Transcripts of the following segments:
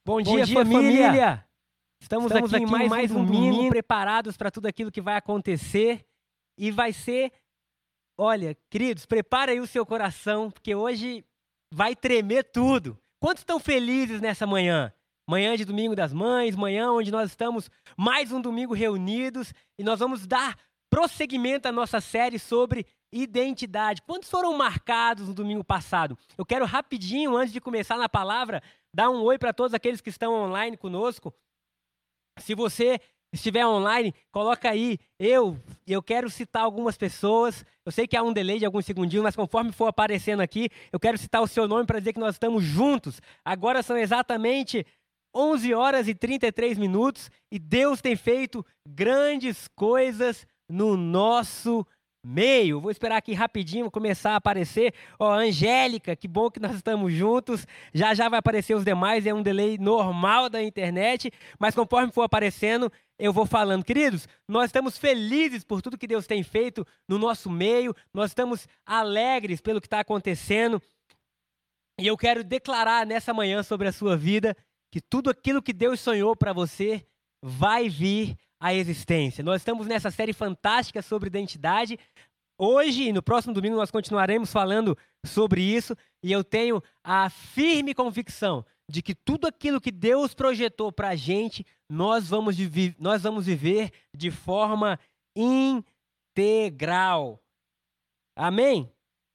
Bom dia, família! Estamos aqui em mais um domingo preparados para tudo aquilo que vai acontecer. E vai ser... Olha, queridos, prepara aí o seu coração, porque hoje vai tremer tudo. Quantos estão felizes nessa manhã? Manhã de Domingo das Mães, manhã onde nós estamos mais um domingo reunidos e nós vamos dar prosseguimento à nossa série sobre identidade. Quantos foram marcados no domingo passado? Eu quero rapidinho, antes de começar na palavra, dar um oi para todos aqueles que estão online conosco. Se você estiver online, coloca aí, eu quero citar algumas pessoas. Eu sei que há um delay de alguns segundinhos, mas conforme for aparecendo aqui, eu quero citar o seu nome para dizer que nós estamos juntos. Agora são exatamente 11 horas e 33 minutos e Deus tem feito grandes coisas no nosso meio. Vou esperar aqui rapidinho começar a aparecer. Ó, Angélica, que bom que nós estamos juntos. Já vai aparecer os demais, é um delay normal da internet, mas conforme for aparecendo, eu vou falando. Queridos, nós estamos felizes por tudo que Deus tem feito no nosso meio, nós estamos alegres pelo que está acontecendo, e eu quero declarar nessa manhã sobre a sua vida que tudo aquilo que Deus sonhou para você vai vir à existência. Nós estamos nessa série fantástica sobre identidade. Hoje e no próximo domingo nós continuaremos falando sobre isso, e eu tenho a firme convicção de que tudo aquilo que Deus projetou para a gente, nós vamos viver de forma integral. Amém?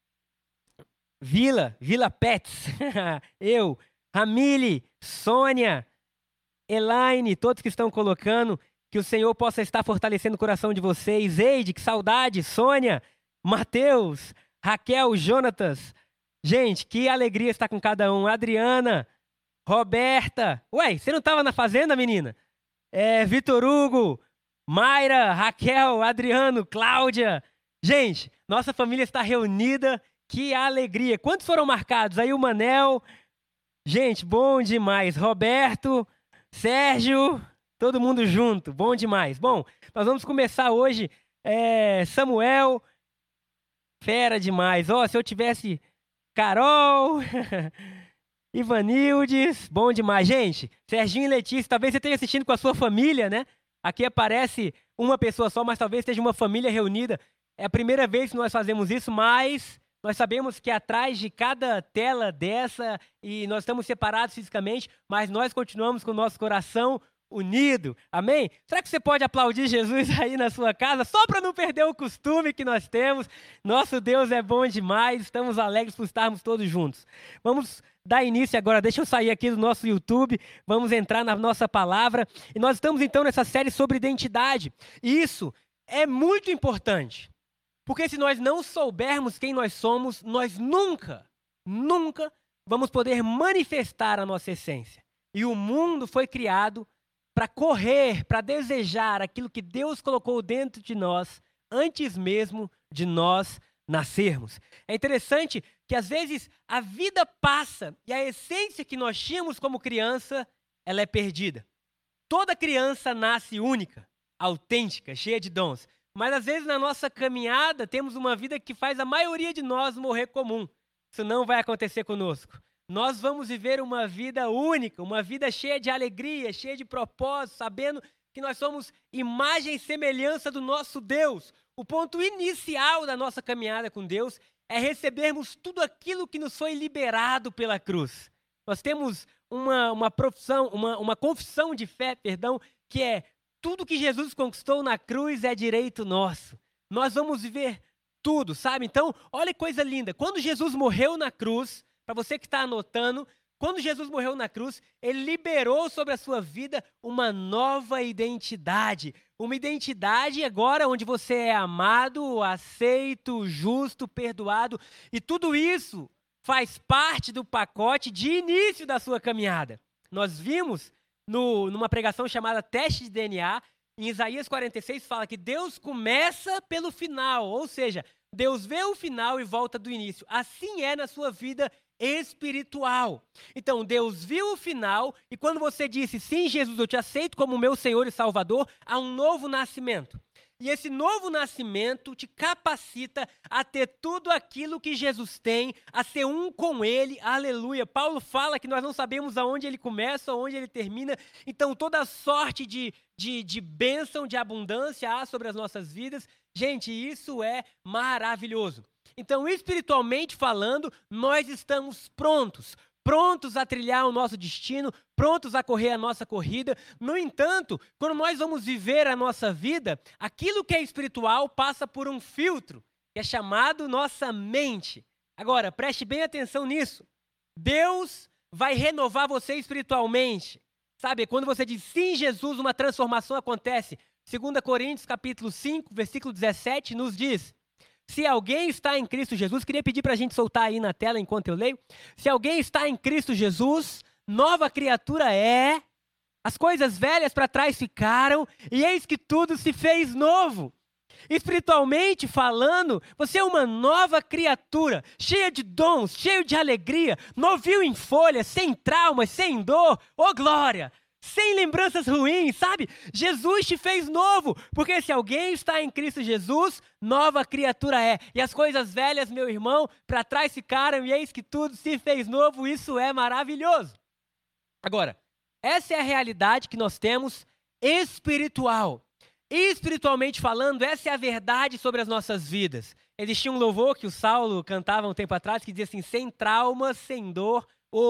Vila Pets, eu, Ramile, Sônia, Elaine, todos que estão colocando, que o Senhor possa estar fortalecendo o coração de vocês. Eide, que saudade, Sônia, Mateus, Raquel, Jonatas. Gente, que alegria estar com cada um. Adriana, Roberta. Ué, você não estava na fazenda, menina? Vitor Hugo, Mayra, Raquel, Adriano, Cláudia. Gente, nossa família está reunida. Que alegria. Quantos foram marcados? Aí o Manel. Gente, bom demais. Roberto, Sérgio, todo mundo junto. Bom demais. Bom, nós vamos começar hoje. Samuel, fera demais. Ó, se eu tivesse Carol, Ivanildes, bom demais. Gente, Serginho e Letícia, talvez você esteja assistindo com a sua família, né? Aqui aparece uma pessoa só, mas talvez esteja uma família reunida. É a primeira vez que nós fazemos isso, mas nós sabemos que atrás de cada tela dessa, e nós estamos separados fisicamente, mas nós continuamos com o nosso coração unido. Amém? Será que você pode aplaudir Jesus aí na sua casa, só para não perder o costume que nós temos? Nosso Deus é bom demais, estamos alegres por estarmos todos juntos. Vamos dar início agora, deixa eu sair aqui do nosso YouTube, vamos entrar na nossa palavra. E nós estamos então nessa série sobre identidade. E isso é muito importante. Porque se nós não soubermos quem nós somos, nós nunca vamos poder manifestar a nossa essência. E o mundo foi criado para correr, para desejar aquilo que Deus colocou dentro de nós antes mesmo de nós nascermos. É interessante que às vezes a vida passa e a essência que nós tínhamos como criança, ela é perdida. Toda criança nasce única, autêntica, cheia de dons. Mas às vezes na nossa caminhada temos uma vida que faz a maioria de nós morrer comum. Isso não vai acontecer conosco. Nós vamos viver uma vida única, uma vida cheia de alegria, cheia de propósito, sabendo que nós somos imagem e semelhança do nosso Deus. O ponto inicial da nossa caminhada com Deus é recebermos tudo aquilo que nos foi liberado pela cruz. Nós temos uma confissão de fé, que é: tudo que Jesus conquistou na cruz é direito nosso. Nós vamos viver tudo, sabe? Então, olha que coisa linda. Quando Jesus morreu na cruz, para você que está anotando, quando Jesus morreu na cruz, ele liberou sobre a sua vida uma nova identidade. Uma identidade agora onde você é amado, aceito, justo, perdoado. E tudo isso faz parte do pacote de início da sua caminhada. Nós vimos numa pregação chamada Teste de DNA, em Isaías 46 fala que Deus começa pelo final, ou seja, Deus vê o final e volta do início. Assim é na sua vida espiritual. Então, Deus viu o final e quando você disse: sim, Jesus, eu te aceito como meu Senhor e Salvador, há um novo nascimento. E esse novo nascimento te capacita a ter tudo aquilo que Jesus tem, a ser um com Ele, aleluia. Paulo fala que nós não sabemos aonde Ele começa, aonde Ele termina, então toda sorte de bênção, de abundância há sobre as nossas vidas. Gente, isso é maravilhoso. Então, espiritualmente falando, nós estamos prontos a trilhar o nosso destino, prontos a correr a nossa corrida. No entanto, quando nós vamos viver a nossa vida, aquilo que é espiritual passa por um filtro, que é chamado nossa mente. Agora, preste bem atenção nisso. Deus vai renovar você espiritualmente. Sabe, quando você diz sim, Jesus, uma transformação acontece. 2 Coríntios capítulo 5, versículo 17, nos diz: se alguém está em Cristo Jesus, queria pedir para a gente soltar aí na tela enquanto eu leio. Se alguém está em Cristo Jesus, nova criatura é, as coisas velhas para trás ficaram, e eis que tudo se fez novo. Espiritualmente falando, você é uma nova criatura, cheia de dons, cheio de alegria, novinho em folha, sem traumas, sem dor, ô glória! Sem lembranças ruins, sabe? Jesus te fez novo, porque se alguém está em Cristo Jesus, nova criatura é. E as coisas velhas, meu irmão, para trás ficaram e eis que tudo se fez novo, isso é maravilhoso. Agora, essa é a realidade que nós temos espiritual. Espiritualmente falando, essa é a verdade sobre as nossas vidas. Existia um louvor que o Saulo cantava um tempo atrás que dizia assim, sem traumas, sem dor,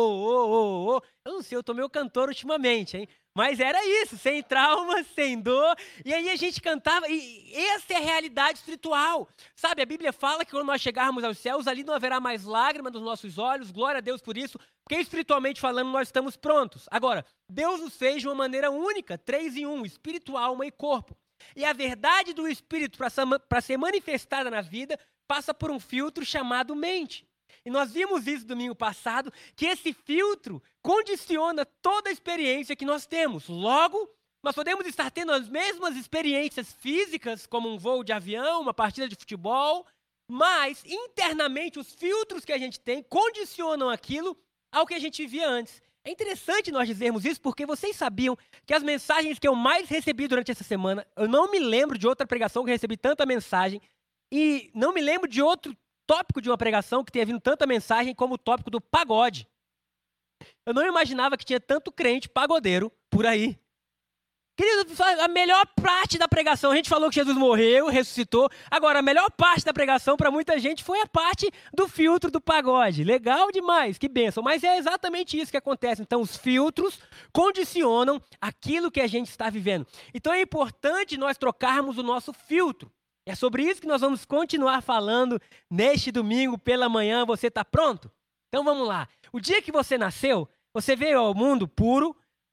eu não sei, eu tô meio cantor ultimamente, hein? Mas era isso, sem trauma, sem dor. E aí a gente cantava, e essa é a realidade espiritual. Sabe, a Bíblia fala que quando nós chegarmos aos céus, ali não haverá mais lágrima nos nossos olhos, glória a Deus por isso, porque espiritualmente falando nós estamos prontos. Agora, Deus nos fez de uma maneira única, 3 em 1, espírito, alma e corpo. E a verdade do Espírito, para ser manifestada na vida, passa por um filtro chamado mente. E nós vimos isso domingo passado, que esse filtro condiciona toda a experiência que nós temos. Logo, nós podemos estar tendo as mesmas experiências físicas, como um voo de avião, uma partida de futebol, mas internamente os filtros que a gente tem condicionam aquilo ao que a gente vivia antes. É interessante nós dizermos isso, porque vocês sabiam que as mensagens que eu mais recebi durante essa semana, eu não me lembro de outra pregação que eu recebi tanta mensagem, e não me lembro de outro tópico de uma pregação que tenha vindo tanta mensagem como o tópico do pagode. Eu não imaginava que tinha tanto crente pagodeiro por aí. Querido, a melhor parte da pregação, a gente falou que Jesus morreu, ressuscitou. Agora, a melhor parte da pregação para muita gente foi a parte do filtro do pagode. Legal demais, que bênção. Mas é exatamente isso que acontece. Então, os filtros condicionam aquilo que a gente está vivendo. Então, é importante nós trocarmos o nosso filtro. É sobre isso que nós vamos continuar falando neste domingo pela manhã. Você está pronto? Então, vamos lá. O dia que você nasceu, você veio ao mundo puro,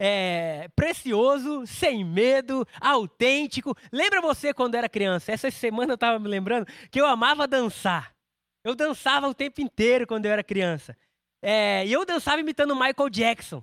precioso, sem medo, autêntico. Lembra você quando era criança? Essa semana eu estava me lembrando que eu amava dançar. Eu dançava o tempo inteiro quando eu era criança. E eu dançava imitando Michael Jackson.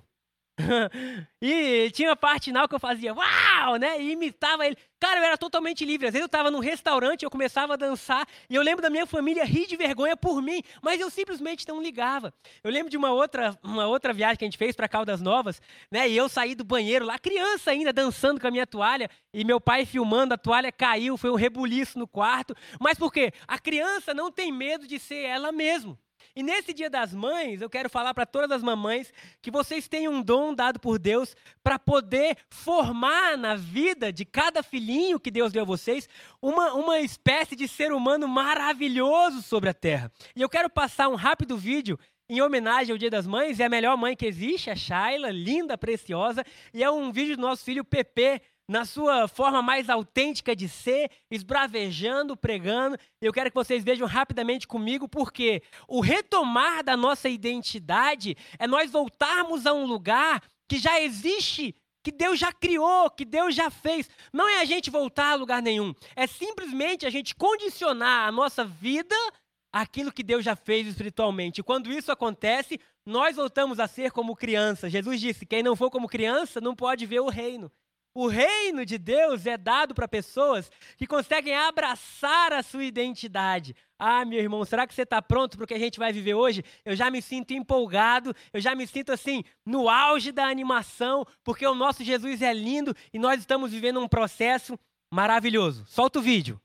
E tinha uma parte final que eu fazia uau, né? E imitava ele. Cara, eu era totalmente livre. Às vezes eu estava num restaurante, eu começava a dançar e eu lembro da minha família rir de vergonha por mim, mas eu simplesmente não ligava. Eu lembro de uma outra viagem que a gente fez para Caldas Novas, né? E eu saí do banheiro lá, criança ainda, dançando com a minha toalha e meu pai filmando, a toalha caiu, foi um rebuliço no quarto. Mas por quê? A criança não tem medo de ser ela mesma. E nesse Dia das Mães, eu quero falar para todas as mamães que vocês têm um dom dado por Deus para poder formar na vida de cada filhinho que Deus deu a vocês uma espécie de ser humano maravilhoso sobre a terra. E eu quero passar um rápido vídeo em homenagem ao Dia das Mães. É a melhor mãe que existe, a Shayla, linda, preciosa. E é um vídeo do nosso filho Pepe, na sua forma mais autêntica de ser, esbravejando, pregando. Eu quero que vocês vejam rapidamente comigo, porque o retomar da nossa identidade é nós voltarmos a um lugar que já existe, que Deus já criou, que Deus já fez. Não é a gente voltar a lugar nenhum, é simplesmente a gente condicionar a nossa vida àquilo que Deus já fez espiritualmente. E quando isso acontece, nós voltamos a ser como criança. Jesus disse, quem não for como criança não pode ver o reino. O reino de Deus é dado para pessoas que conseguem abraçar a sua identidade. Ah, meu irmão, será que você está pronto para o que a gente vai viver hoje? Eu já me sinto empolgado, eu já me sinto assim, no auge da animação, porque o nosso Jesus é lindo e nós estamos vivendo um processo maravilhoso? Solta o vídeo.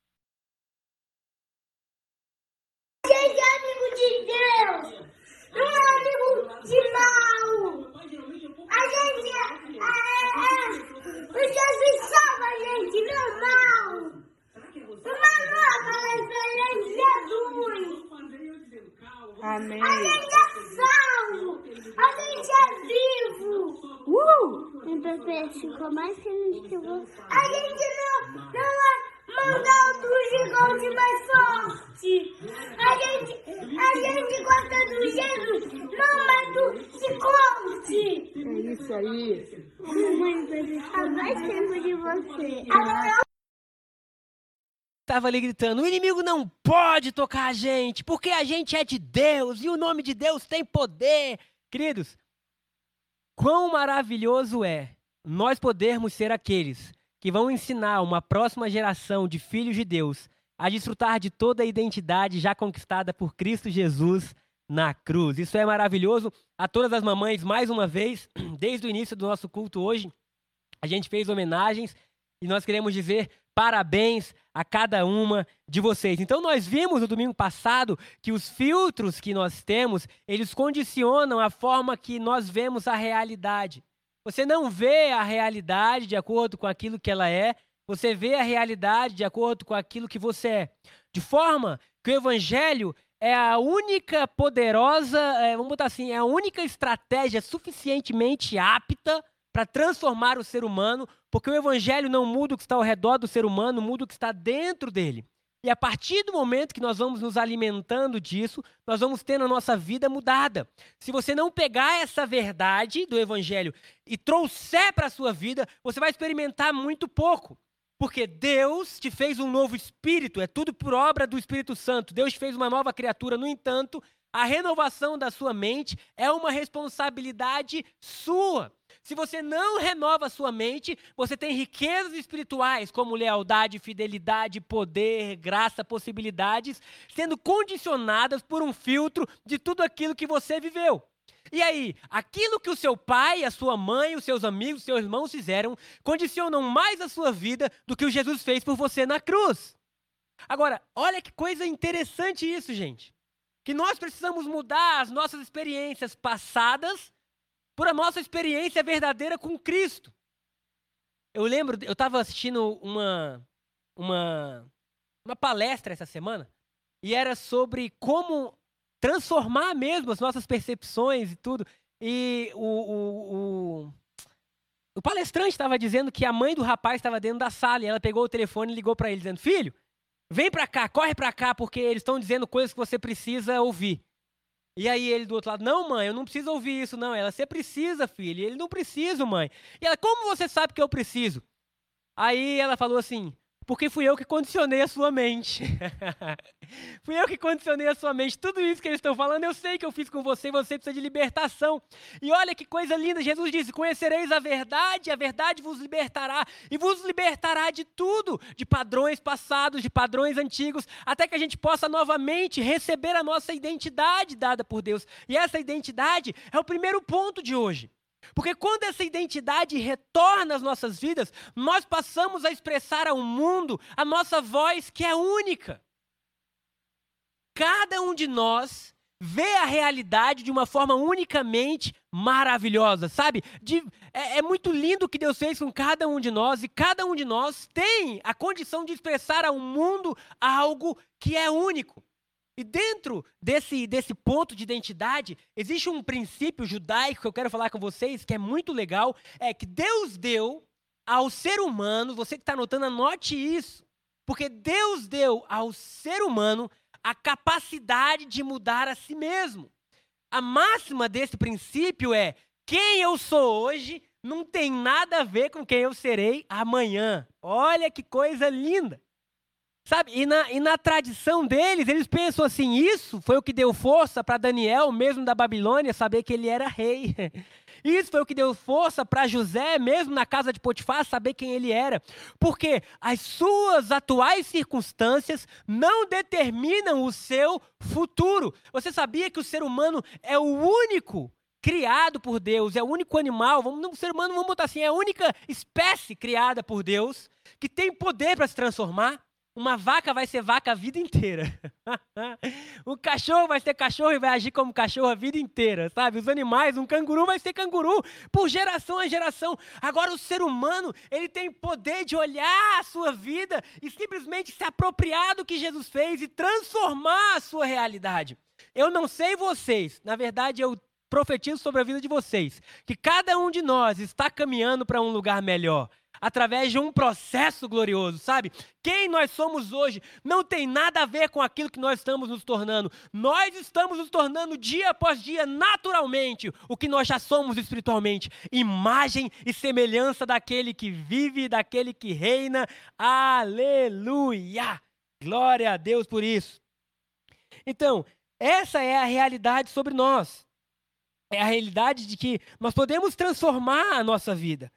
A gente é amigo de Deus, não é amigo de mal. A gente o Jesus salva a gente, não mal. Uma nova referência, Jesus. Amém. A gente é salvo, a gente é vivo. Então, ficou mais feliz que você. A gente não é mandar outro gigante mais forte. A gente gosta do Jesus, não mais do chicote. É isso aí. Mamãe, há mais tempo de você. Estava ali gritando, o inimigo não pode tocar a gente, porque a gente é de Deus e o nome de Deus tem poder. Queridos, quão maravilhoso é nós podermos ser aqueles que vão ensinar uma próxima geração de filhos de Deus a desfrutar de toda a identidade já conquistada por Cristo Jesus na cruz. Isso é maravilhoso. A todas as mamães, mais uma vez, desde o início do nosso culto hoje, a gente fez homenagens e nós queremos dizer parabéns a cada uma de vocês. Então nós vimos no domingo passado que os filtros que nós temos, eles condicionam a forma que nós vemos a realidade. Você não vê a realidade de acordo com aquilo que ela é, você vê a realidade de acordo com aquilo que você é. De forma que o evangelho é a única poderosa, vamos botar assim, é a única estratégia suficientemente apta para transformar o ser humano, porque o evangelho não muda o que está ao redor do ser humano, muda o que está dentro dele. E a partir do momento que nós vamos nos alimentando disso, nós vamos tendo a nossa vida mudada. Se você não pegar essa verdade do evangelho e trouxer para a sua vida, você vai experimentar muito pouco. Porque Deus te fez um novo espírito, é tudo por obra do Espírito Santo. Deus te fez uma nova criatura, no entanto, a renovação da sua mente é uma responsabilidade sua. Se você não renova a sua mente, você tem riquezas espirituais como lealdade, fidelidade, poder, graça, possibilidades, sendo condicionadas por um filtro de tudo aquilo que você viveu. E aí, aquilo que o seu pai, a sua mãe, os seus amigos, os seus irmãos fizeram, condicionam mais a sua vida do que o Jesus fez por você na cruz. Agora, olha que coisa interessante isso, gente. Que nós precisamos mudar as nossas experiências passadas por a nossa experiência verdadeira com Cristo. Eu lembro, eu estava assistindo uma palestra essa semana, e era sobre como transformar mesmo as nossas percepções e tudo. E o palestrante estava dizendo que a mãe do rapaz estava dentro da sala, e ela pegou o telefone e ligou para ele, dizendo, filho, vem para cá, corre para cá, porque eles estão dizendo coisas que você precisa ouvir. E aí ele do outro lado, não mãe, eu não preciso ouvir isso não. Ela, você precisa filho. E ele, não preciso mãe. E ela, como você sabe que eu preciso? Aí ela falou assim, porque fui eu que condicionei a sua mente. Fui eu que condicionei a sua mente. Tudo isso que eles estão falando, eu sei que eu fiz com você, você precisa de libertação. E olha que coisa linda, Jesus disse, conhecereis a verdade vos libertará. E vos libertará de tudo, de padrões passados, de padrões antigos, até que a gente possa novamente receber a nossa identidade dada por Deus. E essa identidade é o primeiro ponto de hoje. Porque quando essa identidade retorna às nossas vidas, nós passamos a expressar ao mundo a nossa voz que é única. Cada um de nós vê a realidade de uma forma unicamente maravilhosa, sabe? É muito lindo o que Deus fez com cada um de nós, e cada um de nós tem a condição de expressar ao mundo algo que é único. E dentro desse ponto de identidade, existe um princípio judaico que eu quero falar com vocês, que é muito legal, é que Deus deu ao ser humano, você que está anotando, anote isso, porque Deus deu ao ser humano a capacidade de mudar a si mesmo. A máxima desse princípio é, quem eu sou hoje não tem nada a ver com quem eu serei amanhã. Olha que coisa linda. Sabe, e na tradição deles, eles pensam assim, isso foi o que deu força para Daniel, mesmo da Babilônia, saber que ele era rei. Isso foi o que deu força para José, mesmo na casa de Potifar, saber quem ele era. Porque as suas atuais circunstâncias não determinam o seu futuro. Você sabia que o ser humano é o único criado por Deus, é o único animal, o ser humano, vamos botar assim, é a única espécie criada por Deus que tem poder para se transformar. Uma vaca vai ser vaca a vida inteira. Um cachorro vai ser cachorro e vai agir como cachorro a vida inteira, sabe? Os animais, um canguru vai ser canguru por geração a geração. Agora o ser humano, ele tem poder de olhar a sua vida e simplesmente se apropriar do que Jesus fez e transformar a sua realidade. Eu não sei vocês, na verdade eu profetizo sobre a vida de vocês, que cada um de nós está caminhando para um lugar melhor, através de um processo glorioso, sabe? Quem nós somos hoje não tem nada a ver com aquilo que nós estamos nos tornando. Nós estamos nos tornando dia após dia, naturalmente, o que nós já somos espiritualmente. Imagem e semelhança daquele que vive, daquele que reina. Aleluia! Glória a Deus por isso. Então, essa é a realidade sobre nós. É a realidade de que nós podemos transformar a nossa vida.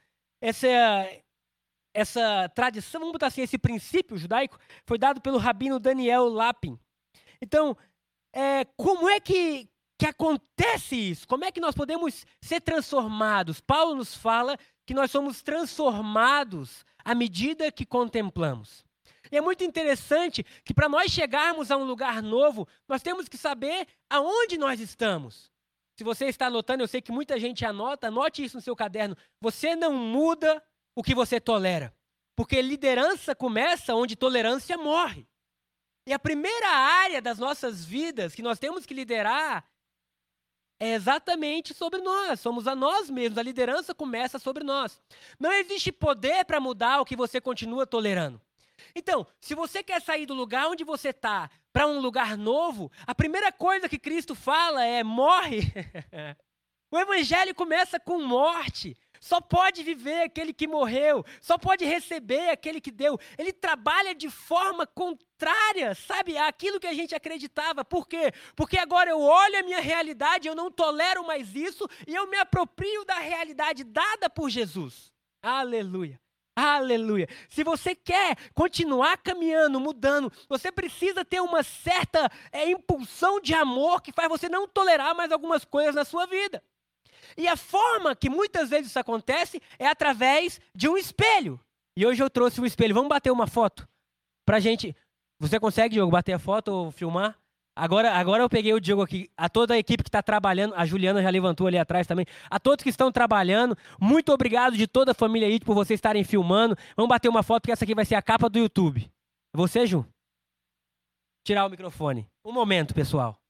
Essa tradição, vamos botar assim, esse princípio judaico foi dado pelo rabino Daniel Lapin. Então, como é que acontece isso? Como é que nós podemos ser transformados? Paulo nos fala que nós somos transformados à medida que contemplamos. E é muito interessante que para nós chegarmos a um lugar novo, nós temos que saber aonde nós estamos. Se você está anotando, eu sei que muita gente anota, anote isso no seu caderno. Você não muda o que você tolera. Porque liderança começa onde tolerância morre. E a primeira área das nossas vidas que nós temos que liderar é exatamente sobre nós. Somos a nós mesmos. A liderança começa sobre nós. Não existe poder para mudar o que você continua tolerando. Então, se você quer sair do lugar onde você está para um lugar novo, a primeira coisa que Cristo fala é morre. O evangelho começa com morte. Só pode viver aquele que morreu. Só pode receber aquele que deu. Ele trabalha de forma contrária, sabe, àquilo que a gente acreditava. Por quê? Porque agora eu olho a minha realidade, eu não tolero mais isso e eu me aproprio da realidade dada por Jesus. Aleluia. Aleluia. Se você quer continuar caminhando, mudando, você precisa ter uma certa impulsão de amor que faz você não tolerar mais algumas coisas na sua vida. E a forma que muitas vezes isso acontece é através de um espelho. E hoje eu trouxe um espelho. Vamos bater uma foto pra gente. Você consegue, Diogo, bater a foto ou filmar? Agora eu peguei o Diogo aqui. A toda a equipe que está trabalhando, a Juliana já levantou ali atrás também. A todos que estão trabalhando, muito obrigado de toda a família aí por vocês estarem filmando. Vamos bater uma foto, porque essa aqui vai ser a capa do YouTube. Você, Ju? Tirar o microfone. Um momento, pessoal.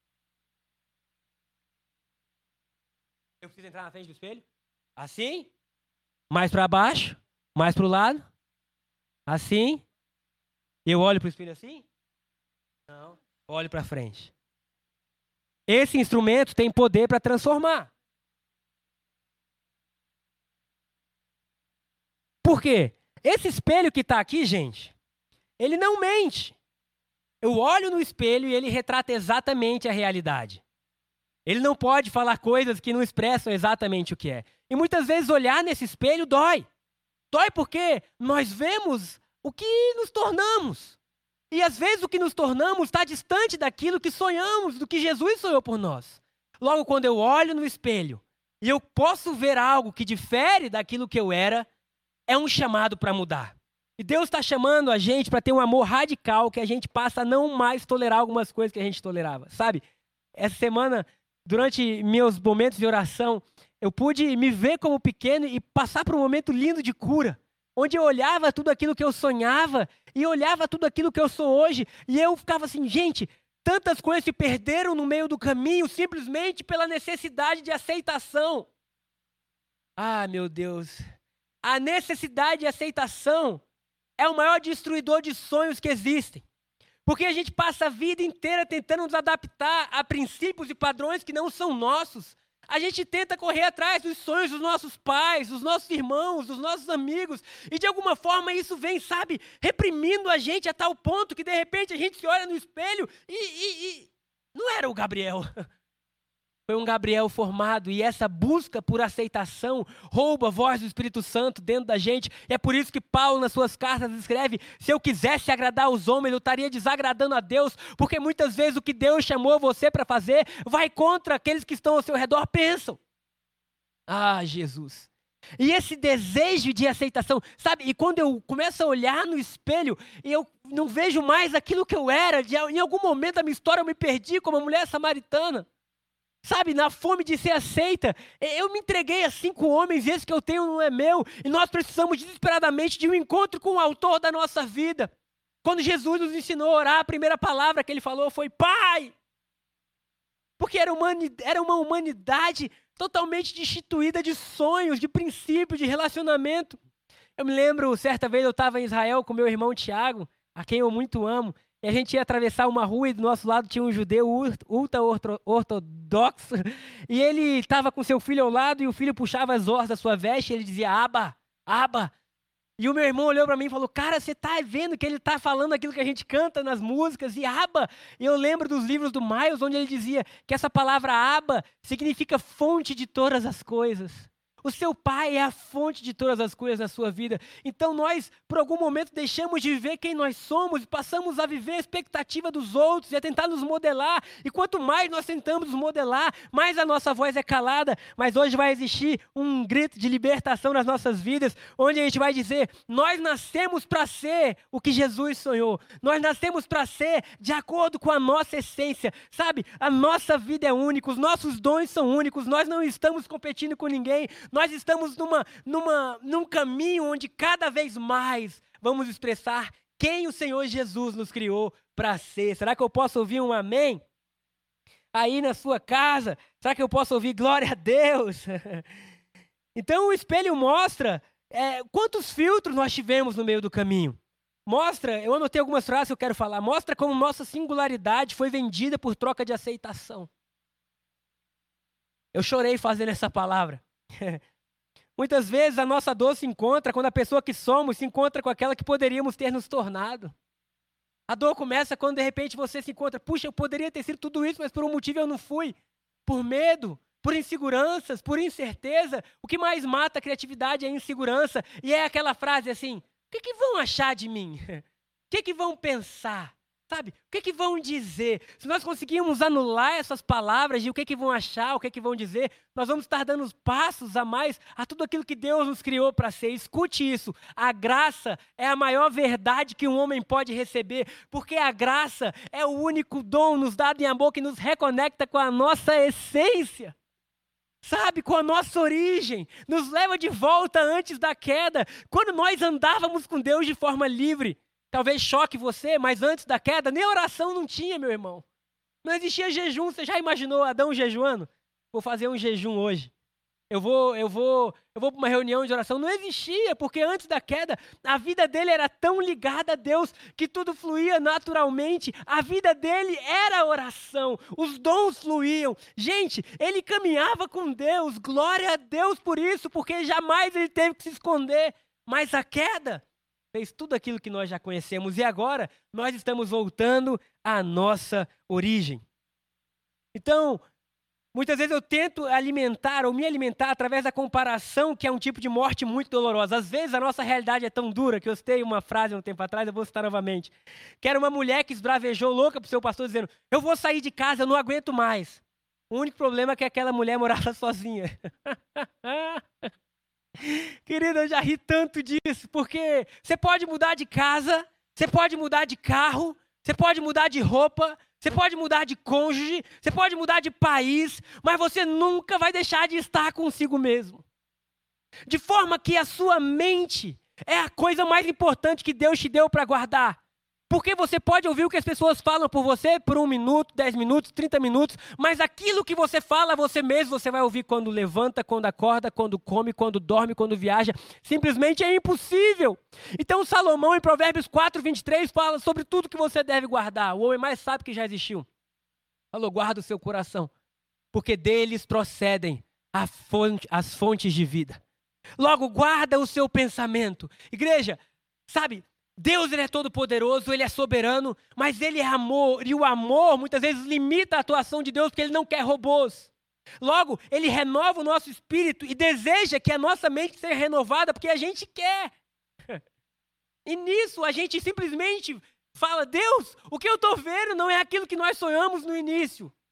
Eu preciso entrar na frente do espelho? Assim? Mais para baixo? Mais para o lado? Assim? Eu olho para o espelho assim? Não. Olhe para frente. Esse instrumento tem poder para transformar. Por quê? Esse espelho que está aqui, gente, ele não mente. Eu olho no espelho e ele retrata exatamente a realidade. Ele não pode falar coisas que não expressam exatamente o que é. E muitas vezes olhar nesse espelho dói. Dói porque nós vemos o que nos tornamos. E às vezes o que nos tornamos está distante daquilo que sonhamos, do que Jesus sonhou por nós. Logo, quando eu olho no espelho e eu posso ver algo que difere daquilo que eu era, é um chamado para mudar. E Deus está chamando a gente para ter um amor radical, que a gente passa a não mais tolerar algumas coisas que a gente tolerava, sabe? Essa semana, durante meus momentos de oração, eu pude me ver como pequeno e passar por um momento lindo de cura, onde eu olhava tudo aquilo que eu sonhava e olhava tudo aquilo que eu sou hoje, e eu ficava assim, gente, tantas coisas se perderam no meio do caminho simplesmente pela necessidade de aceitação. Ah, meu Deus. A necessidade de aceitação é o maior destruidor de sonhos que existem. Porque a gente passa a vida inteira tentando nos adaptar a princípios e padrões que não são nossos. A gente tenta correr atrás dos sonhos dos nossos pais, dos nossos irmãos, dos nossos amigos. E de alguma forma isso vem, sabe, reprimindo a gente a tal ponto que de repente a gente se olha no espelho e não era o Gabriel. Foi um Gabriel formado, e essa busca por aceitação rouba a voz do Espírito Santo dentro da gente. E é por isso que Paulo, nas suas cartas, escreve: se eu quisesse agradar aos homens, eu estaria desagradando a Deus, porque muitas vezes o que Deus chamou você para fazer vai contra aqueles que estão ao seu redor pensam. Ah, Jesus. E esse desejo de aceitação, sabe? E quando eu começo a olhar no espelho, e eu não vejo mais aquilo que eu era, em algum momento da minha história eu me perdi como a mulher samaritana. Sabe, na fome de ser aceita, eu me entreguei a 5 homens, e esse que eu tenho não é meu, e nós precisamos desesperadamente de um encontro com o autor da nossa vida. Quando Jesus nos ensinou a orar, a primeira palavra que ele falou foi Pai, porque era uma humanidade totalmente destituída de sonhos, de princípios, de relacionamento. Eu me lembro, certa vez eu estava em Israel com meu irmão Tiago, a quem eu muito amo, e a gente ia atravessar uma rua e do nosso lado tinha um judeu ultra-ortodoxo. E ele estava com seu filho ao lado e o filho puxava as orlas da sua veste e ele dizia, Abba, Abba. E o meu irmão olhou para mim e falou, cara, você está vendo que ele está falando aquilo que a gente canta nas músicas, e Abba. E eu lembro dos livros do Miles, onde ele dizia que essa palavra Abba significa fonte de todas as coisas. O seu pai é a fonte de todas as coisas na sua vida. Então nós, por algum momento, deixamos de viver quem nós somos e passamos a viver a expectativa dos outros e a tentar nos modelar. E quanto mais nós tentamos nos modelar, mais a nossa voz é calada. Mas hoje vai existir um grito de libertação nas nossas vidas, onde a gente vai dizer, nós nascemos para ser o que Jesus sonhou. Nós nascemos para ser de acordo com a nossa essência. Sabe, a nossa vida é única, os nossos dons são únicos, nós não estamos competindo com ninguém. Nós estamos num caminho onde cada vez mais vamos expressar quem o Senhor Jesus nos criou para ser. Será que eu posso ouvir um amém? Aí na sua casa, será que eu posso ouvir glória a Deus? Então o espelho mostra quantos filtros nós tivemos no meio do caminho. Mostra, eu anotei algumas frases que eu quero falar, mostra como nossa singularidade foi vendida por troca de aceitação. Eu chorei fazendo essa palavra. Muitas vezes a nossa dor se encontra quando a pessoa que somos se encontra com aquela que poderíamos ter nos tornado. A dor começa quando de repente você se encontra, puxa, eu poderia ter sido tudo isso, mas por um motivo eu não fui. Por medo, por inseguranças, por incerteza. O que mais mata a criatividade é a insegurança. E é aquela frase assim, o que vão achar de mim? O que vão pensar? Sabe, o que vão dizer? Se nós conseguirmos anular essas palavras de o que vão achar, o que vão dizer, nós vamos estar dando passos a mais a tudo aquilo que Deus nos criou para ser. Escute isso, a graça é a maior verdade que um homem pode receber, porque a graça é o único dom nos dado em amor que nos reconecta com a nossa essência. Sabe, com a nossa origem, nos leva de volta antes da queda, quando nós andávamos com Deus de forma livre. Talvez choque você, mas antes da queda, nem oração não tinha, meu irmão. Não existia jejum. Você já imaginou Adão jejuando? Vou fazer um jejum hoje. Eu vou para uma reunião de oração. Não existia, porque antes da queda, a vida dele era tão ligada a Deus que tudo fluía naturalmente. A vida dele era oração. Os dons fluíam. Gente, ele caminhava com Deus. Glória a Deus por isso, porque jamais ele teve que se esconder. Mas a queda fez tudo aquilo que nós já conhecemos e agora nós estamos voltando à nossa origem. Então, muitas vezes eu tento alimentar ou me alimentar através da comparação, que é um tipo de morte muito dolorosa. Às vezes a nossa realidade é tão dura que eu citei uma frase um tempo atrás, eu vou citar novamente. Que era uma mulher que esbravejou louca para o seu pastor dizendo, eu vou sair de casa, eu não aguento mais. O único problema é que aquela mulher morava sozinha. Querida, eu já ri tanto disso, porque você pode mudar de casa, você pode mudar de carro, você pode mudar de roupa, você pode mudar de cônjuge, você pode mudar de país, mas você nunca vai deixar de estar consigo mesmo. De forma que a sua mente é a coisa mais importante que Deus te deu para guardar. Porque você pode ouvir o que as pessoas falam por você por 1 minuto, 10 minutos, 30 minutos, mas aquilo que você fala a você mesmo, você vai ouvir quando levanta, quando acorda, quando come, quando dorme, quando viaja. Simplesmente é impossível. Então Salomão, em Provérbios 4:23, fala sobre tudo que você deve guardar. O homem mais sábio que já existiu. Falou, guarda o seu coração, porque deles procedem as fontes de vida. Logo, guarda o seu pensamento. Igreja, sabe, Deus, ele é todo poderoso, ele é soberano, mas ele é amor, e o amor muitas vezes limita a atuação de Deus porque ele não quer robôs. Logo, ele renova o nosso espírito e deseja que a nossa mente seja renovada porque a gente quer. E nisso a gente simplesmente fala, Deus, o que eu estou vendo não é aquilo que nós sonhamos no início.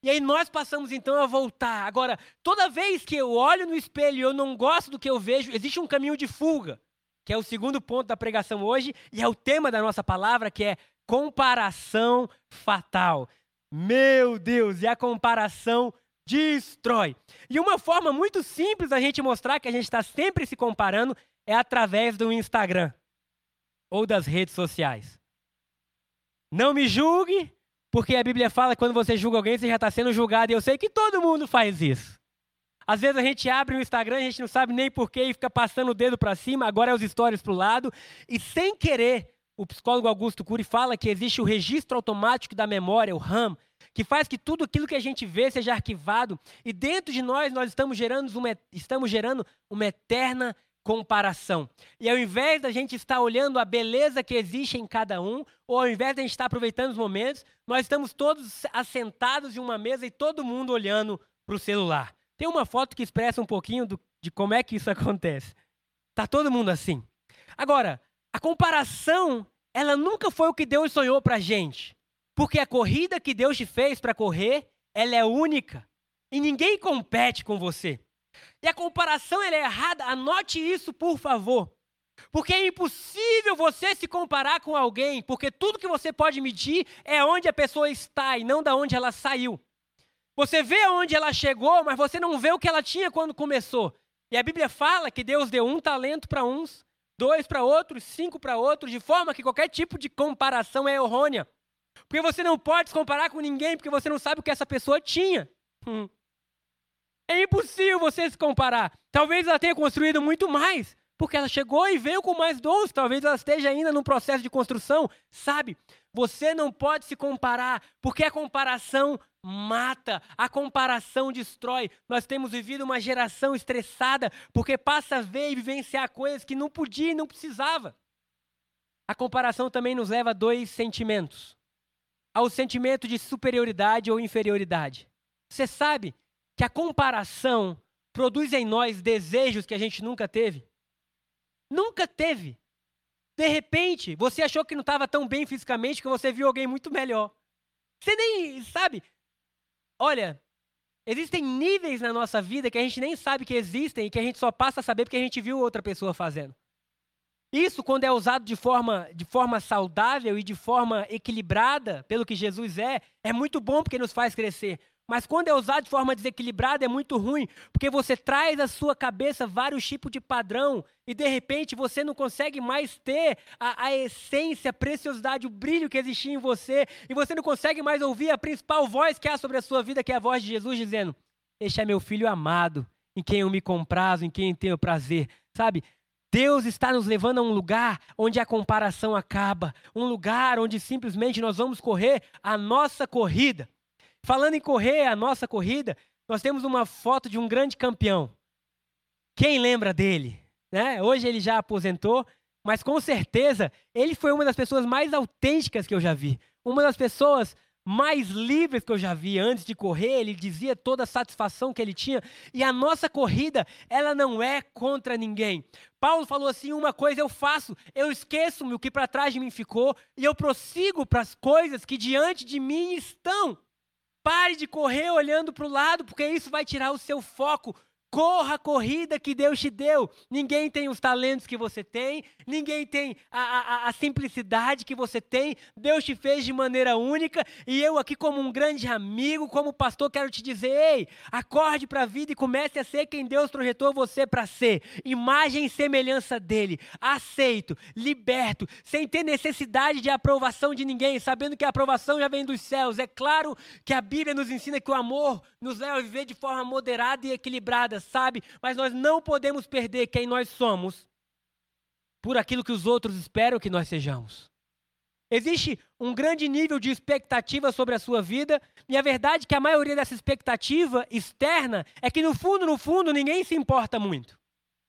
E aí nós passamos então a voltar. Agora, toda vez que eu olho no espelho e eu não gosto do que eu vejo, existe um caminho de fuga, que é o segundo ponto da pregação hoje, e é o tema da nossa palavra, que é comparação fatal. Meu Deus, e a comparação destrói. E uma forma muito simples da gente mostrar que a gente está sempre se comparando é através do Instagram ou das redes sociais. Não me julgue, porque a Bíblia fala que quando você julga alguém, você já está sendo julgado, e eu sei que todo mundo faz isso. Às vezes a gente abre o Instagram, a gente não sabe nem porquê e fica passando o dedo para cima, agora é os stories para o lado, e sem querer, o psicólogo Augusto Cury fala que existe o registro automático da memória, o RAM, que faz que tudo aquilo que a gente vê seja arquivado, e dentro de nós estamos gerando uma eterna comparação. E ao invés da gente estar olhando a beleza que existe em cada um, ou ao invés da gente estar aproveitando os momentos, nós estamos todos assentados em uma mesa e todo mundo olhando para o celular. Tem uma foto que expressa um pouquinho de como é que isso acontece. Tá todo mundo assim. Agora, a comparação, ela nunca foi o que Deus sonhou para a gente. Porque a corrida que Deus te fez para correr, ela é única. E ninguém compete com você. E a comparação ela é errada. Anote isso, por favor. Porque é impossível você se comparar com alguém, porque tudo que você pode medir é onde a pessoa está e não da onde ela saiu. Você vê onde ela chegou, mas você não vê o que ela tinha quando começou. E a Bíblia fala que Deus deu 1 talento para uns, 2 para outros, 5 para outros, de forma que qualquer tipo de comparação é errônea. Porque você não pode se comparar com ninguém, porque você não sabe o que essa pessoa tinha. É impossível você se comparar. Talvez ela tenha construído muito mais, porque ela chegou e veio com mais dons. Talvez ela esteja ainda num processo de construção. Sabe, você não pode se comparar, porque a comparação mata, a comparação destrói. Nós temos vivido uma geração estressada, porque passa a ver e vivenciar coisas que não podia e não precisava. A comparação também nos leva a 2 sentimentos. Ao sentimento de superioridade ou inferioridade. Você sabe que a comparação produz em nós desejos que a gente nunca teve? Nunca teve. De repente, você achou que não estava tão bem fisicamente que você viu alguém muito melhor. Você nem sabe. Olha, existem níveis na nossa vida que a gente nem sabe que existem e que a gente só passa a saber porque a gente viu outra pessoa fazendo. Isso, quando é usado de forma saudável e de forma equilibrada, pelo que Jesus é muito bom porque nos faz crescer. Mas quando é usado de forma desequilibrada é muito ruim, porque você traz à sua cabeça vários tipos de padrão e de repente você não consegue mais ter a essência, a preciosidade, o brilho que existia em você e você não consegue mais ouvir a principal voz que há sobre a sua vida, que é a voz de Jesus dizendo: "Este é meu filho amado, em quem eu me comprazo, em quem tenho prazer." Sabe? Deus está nos levando a um lugar onde a comparação acaba, um lugar onde simplesmente nós vamos correr a nossa corrida. Falando em correr a nossa corrida, nós temos uma foto de um grande campeão. Quem lembra dele? Né? Hoje ele já aposentou, mas com certeza ele foi uma das pessoas mais autênticas que eu já vi. Uma das pessoas mais livres que eu já vi antes de correr. Ele dizia toda a satisfação que ele tinha. E a nossa corrida, ela não é contra ninguém. Paulo falou assim: uma coisa eu faço, eu esqueço-me o que para trás de mim ficou e eu prossigo para as coisas que diante de mim estão. Pare de correr olhando para o lado, porque isso vai tirar o seu foco. Corra a corrida que Deus te deu. Ninguém tem os talentos que você tem, ninguém tem a simplicidade que você tem. Deus te fez de maneira única e eu aqui como um grande amigo, como pastor, quero te dizer: ei, acorde para a vida e comece a ser quem Deus projetou você para ser. Imagem e semelhança dele, aceito, liberto, sem ter necessidade de aprovação de ninguém, sabendo que a aprovação já vem dos céus. É claro que a Bíblia nos ensina que o amor nos leva a viver de forma moderada e equilibrada, sabe? Mas nós não podemos perder quem nós somos por aquilo que os outros esperam que nós sejamos. Existe um grande nível de expectativa sobre a sua vida, e a verdade é que a maioria dessa expectativa externa é que no fundo, ninguém se importa muito.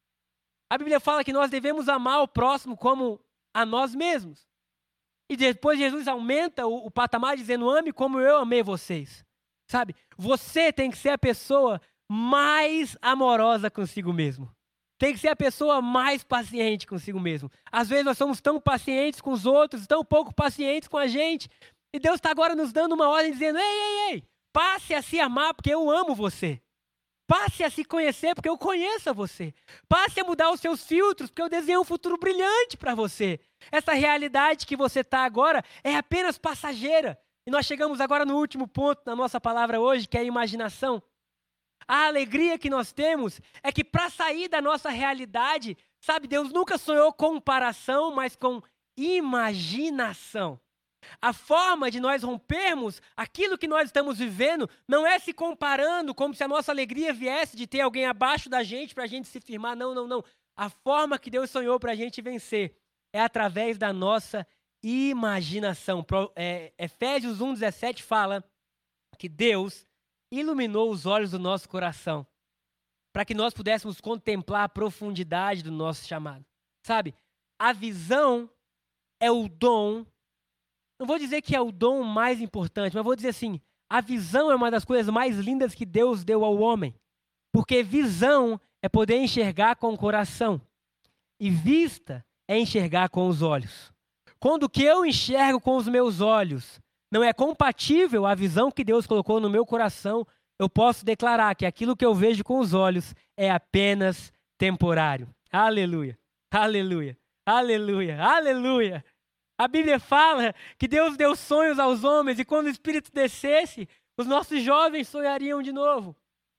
A Bíblia fala que nós devemos amar o próximo como a nós mesmos. E depois Jesus aumenta o patamar dizendo: ame como eu amei vocês. Sabe? Você tem que ser a pessoa mais amorosa consigo mesmo. Tem que ser a pessoa mais paciente consigo mesmo. Às vezes nós somos tão pacientes com os outros, tão pouco pacientes com a gente. E Deus está agora nos dando uma ordem dizendo: ei, Passe a se amar porque eu amo você. Passe a se conhecer porque eu conheço você. Passe a mudar os seus filtros porque eu desenho um futuro brilhante para você. Essa realidade que você está agora é apenas passageira. E nós chegamos agora no último ponto da nossa palavra hoje, que é a imaginação. A alegria que nós temos é que para sair da nossa realidade, sabe, Deus nunca sonhou comparação, mas com imaginação. A forma de nós rompermos aquilo que nós estamos vivendo não é se comparando como se a nossa alegria viesse de ter alguém abaixo da gente para a gente se firmar. Não, não, não. A forma que Deus sonhou para a gente vencer é através da nossa imaginação. Efésios 1,17 fala que Deus iluminou os olhos do nosso coração para que nós pudéssemos contemplar a profundidade do nosso chamado. Sabe, a visão é o dom. Não vou dizer que é o dom mais importante, mas vou dizer assim, a visão é uma das coisas mais lindas que Deus deu ao homem. Porque visão é poder enxergar com o coração. E vista é enxergar com os olhos. Quando o que eu enxergo com os meus olhos não é compatível à visão que Deus colocou no meu coração, eu posso declarar que aquilo que eu vejo com os olhos é apenas temporário. Aleluia, aleluia, aleluia, aleluia. A Bíblia fala que Deus deu sonhos aos homens e quando o Espírito descesse, os nossos jovens sonhariam de novo.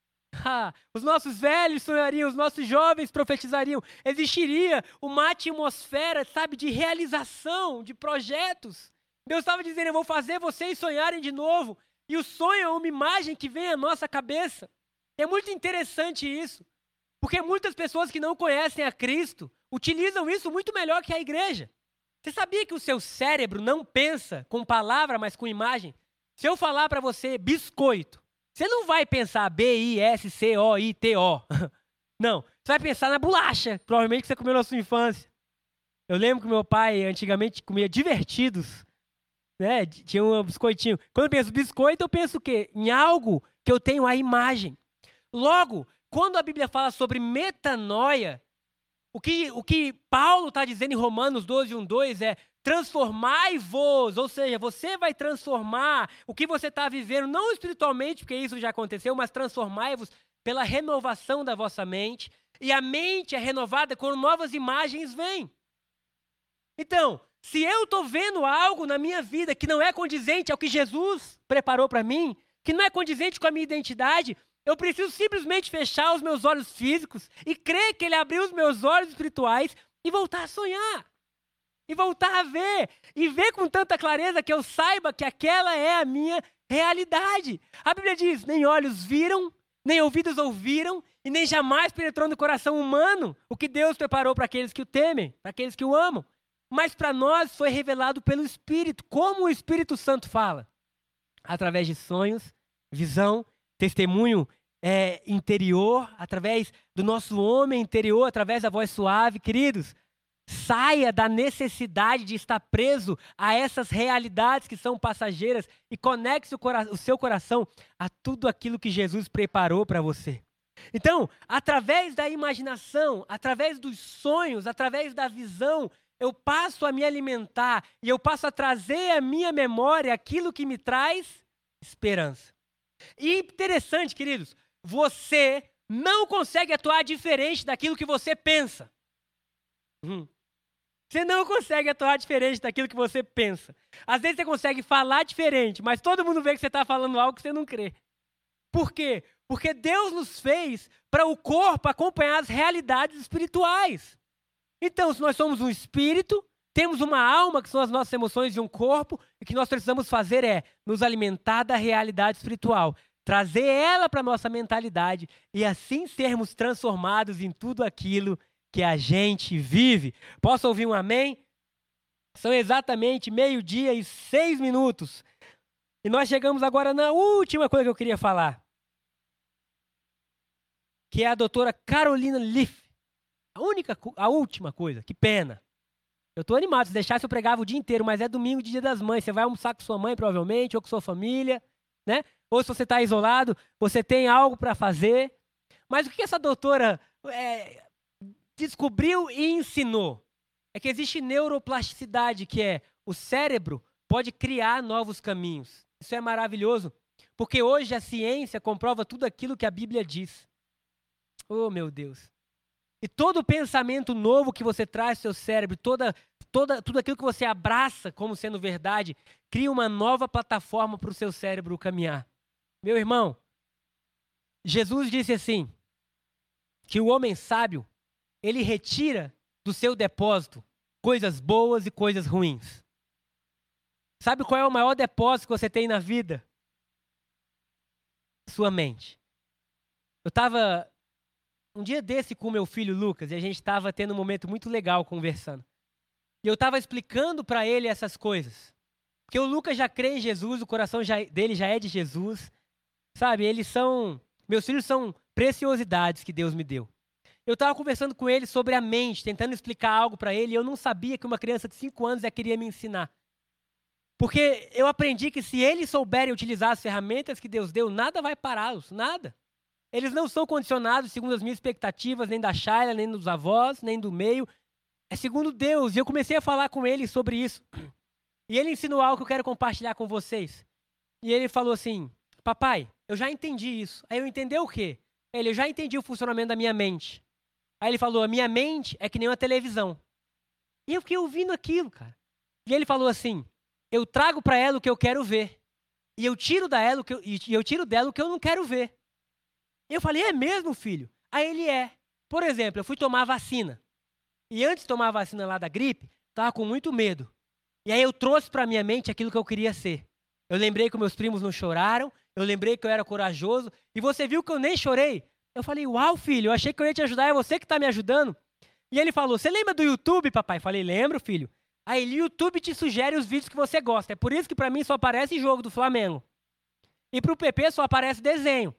Os nossos velhos sonhariam, os nossos jovens profetizariam. Existiria uma atmosfera, sabe, de realização, de projetos. Deus estava dizendo, eu vou fazer vocês sonharem de novo. E o sonho é uma imagem que vem à nossa cabeça. É muito interessante isso. Porque muitas pessoas que não conhecem a Cristo utilizam isso muito melhor que a igreja. Você sabia que o seu cérebro não pensa com palavra, mas com imagem? Se eu falar para você biscoito, você não vai pensar B-I-S-C-O-I-T-O. Não, você vai pensar na bolacha, provavelmente que você comeu na sua infância. Eu lembro que meu pai antigamente comia divertidos, né? Tinha um biscoitinho. Quando eu penso biscoito, eu penso o quê? Em algo que eu tenho a imagem. Logo, quando a Bíblia fala sobre metanoia, o que Paulo está dizendo em Romanos 12, 1, 2 é transformai-vos, ou seja, você vai transformar o que você está vivendo, não espiritualmente, porque isso já aconteceu, mas transformai-vos pela renovação da vossa mente. E a mente é renovada quando novas imagens vêm. Então, se eu estou vendo algo na minha vida que não é condizente ao que Jesus preparou para mim, que não é condizente com a minha identidade, eu preciso simplesmente fechar os meus olhos físicos e crer que Ele abriu os meus olhos espirituais e voltar a sonhar. E voltar a ver. E ver com tanta clareza que eu saiba que aquela é a minha realidade. A Bíblia diz, nem olhos viram, nem ouvidos ouviram, e nem jamais penetrou no coração humano o que Deus preparou para aqueles que o temem, para aqueles que o amam. Mas para nós foi revelado pelo Espírito. Como o Espírito Santo fala? Através de sonhos, visão, testemunho interior, através do nosso homem interior, através da voz suave. Queridos, saia da necessidade de estar preso a essas realidades que são passageiras e conecte o seu coração a tudo aquilo que Jesus preparou para você. Então, através da imaginação, através dos sonhos, através da visão, eu passo a me alimentar e eu passo a trazer à minha memória aquilo que me traz esperança. E interessante, queridos, você não consegue atuar diferente daquilo que você pensa. Você não consegue atuar diferente daquilo que você pensa. Às vezes você consegue falar diferente, mas todo mundo vê que você está falando algo que você não crê. Por quê? Porque Deus nos fez para o corpo acompanhar as realidades espirituais. Então, se nós somos um espírito, temos uma alma, que são as nossas emoções, e um corpo, e o que nós precisamos fazer é nos alimentar da realidade espiritual, trazer ela para a nossa mentalidade e assim sermos transformados em tudo aquilo que a gente vive. Posso ouvir um amém? São exatamente 12:06. E nós chegamos agora na última coisa que eu queria falar, que é a doutora Carolina Leaf. A última coisa, que pena. Eu estou animado, se deixasse eu pregava o dia inteiro, mas é domingo, Dia das Mães. Você vai almoçar com sua mãe, provavelmente, ou com sua família, né? Ou se você está isolado, você tem algo para fazer. Mas o que essa doutora descobriu e ensinou? É que existe neuroplasticidade, que é o cérebro pode criar novos caminhos. Isso é maravilhoso, Porque hoje a ciência comprova tudo aquilo que a Bíblia diz. Oh, meu Deus. E todo pensamento novo que você traz ao seu cérebro, tudo aquilo que você abraça como sendo verdade, cria uma nova plataforma para o seu cérebro caminhar. Meu irmão, Jesus disse assim, que o homem sábio, ele retira do seu depósito coisas boas e coisas ruins. Sabe qual é o maior depósito que você tem na vida? Sua mente. Eu estava um dia desse com meu filho Lucas e a gente estava tendo um momento muito legal conversando. E eu estava explicando para ele essas coisas. Porque o Lucas já crê em Jesus, o coração dele já é de Jesus. Sabe, meus filhos são preciosidades que Deus me deu. Eu estava conversando com ele sobre a mente, tentando explicar algo para ele, e eu não sabia que uma criança de 5 anos já queria me ensinar. Porque eu aprendi que se eles souberem utilizar as ferramentas que Deus deu, nada vai pará-los, nada. Eles não são condicionados segundo as minhas expectativas, nem da Shayla, nem dos avós, nem do meio. É segundo Deus. E eu comecei a falar com ele sobre isso. E ele ensinou algo que eu quero compartilhar com vocês. E ele falou assim, papai, eu já entendi isso. Aí eu entendi o quê? Eu já entendi o funcionamento da minha mente. Aí ele falou, a minha mente é que nem uma televisão. E eu fiquei ouvindo aquilo, cara. E ele falou assim, eu trago para ela o que eu quero ver. E eu tiro dela o que eu não quero ver. E eu falei, é mesmo, filho? Aí ele é. Por exemplo, eu fui tomar vacina. E antes de tomar a vacina lá da gripe, estava com muito medo. E aí eu trouxe para minha mente aquilo que eu queria ser. Eu lembrei que meus primos não choraram. Eu lembrei que eu era corajoso. E você viu que eu nem chorei. Eu falei, uau, filho, eu achei que eu ia te ajudar. É você que está me ajudando. E ele falou, você lembra do YouTube, papai? Eu falei, lembro, filho. Aí o YouTube te sugere os vídeos que você gosta. É por isso que para mim só aparece jogo do Flamengo. E para o PP só aparece desenho.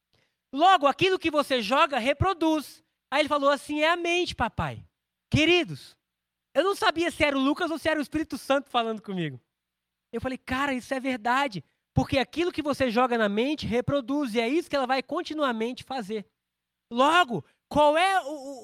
Logo, aquilo que você joga, reproduz. Aí ele falou assim, é a mente, papai. Queridos, eu não sabia se era o Lucas ou se era o Espírito Santo falando comigo. Eu falei, cara, isso é verdade. Porque aquilo que você joga na mente, reproduz. E é isso que ela vai continuamente fazer. Logo, qual é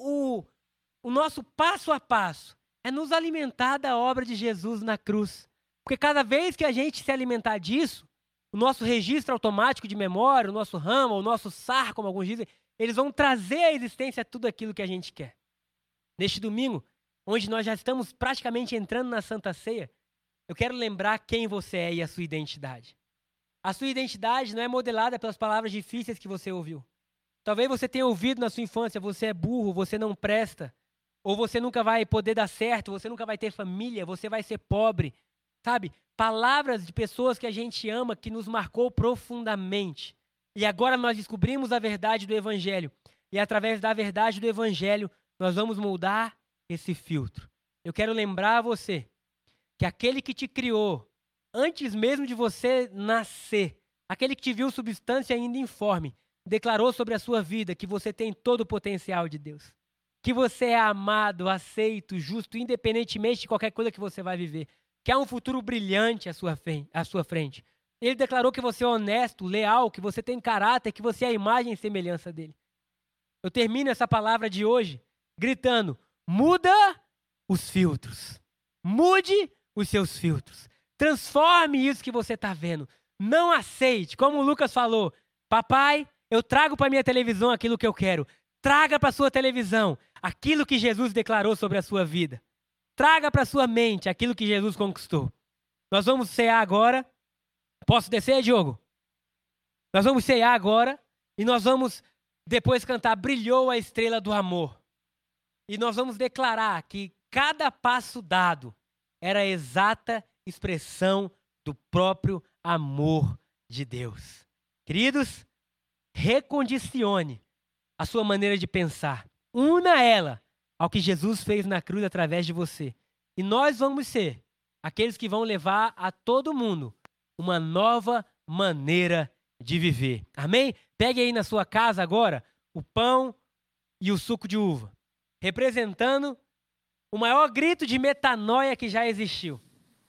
o nosso passo a passo? É nos alimentar da obra de Jesus na cruz. Porque cada vez que a gente se alimentar disso, o nosso registro automático de memória, o nosso RAM, o nosso SAR, como alguns dizem, eles vão trazer à existência tudo aquilo que a gente quer. Neste domingo, onde nós já estamos praticamente entrando na Santa Ceia, eu quero lembrar quem você é e a sua identidade. A sua identidade não é modelada pelas palavras difíceis que você ouviu. Talvez você tenha ouvido na sua infância, você é burro, você não presta, ou você nunca vai poder dar certo, você nunca vai ter família, você vai ser pobre. Sabe? Palavras de pessoas que a gente ama, que nos marcou profundamente. E agora nós descobrimos a verdade do Evangelho. E através da verdade do Evangelho, nós vamos moldar esse filtro. Eu quero lembrar a você que aquele que te criou, antes mesmo de você nascer, aquele que te viu substância ainda informe, declarou sobre a sua vida que você tem todo o potencial de Deus. Que você é amado, aceito, justo, independentemente de qualquer coisa que você vai viver. Que há um futuro brilhante à sua frente. Ele declarou que você é honesto, leal, que você tem caráter, que você é a imagem e semelhança dele. Eu termino essa palavra de hoje gritando, muda os filtros. Mude os seus filtros. Transforme isso que você está vendo. Não aceite, como o Lucas falou, papai, eu trago para minha televisão aquilo que eu quero. Traga para sua televisão aquilo que Jesus declarou sobre a sua vida. Traga para sua mente aquilo que Jesus conquistou. Nós vamos cear agora. Posso descer, Diogo? Nós vamos cear agora e nós vamos depois cantar Brilhou a Estrela do Amor. E nós vamos declarar que cada passo dado era a exata expressão do próprio amor de Deus. Queridos, recondicione a sua maneira de pensar. Una ela ao que Jesus fez na cruz através de você. E nós vamos ser aqueles que vão levar a todo mundo uma nova maneira de viver. Amém? Pegue aí na sua casa agora o pão e o suco de uva, representando o maior grito de metanoia que já existiu.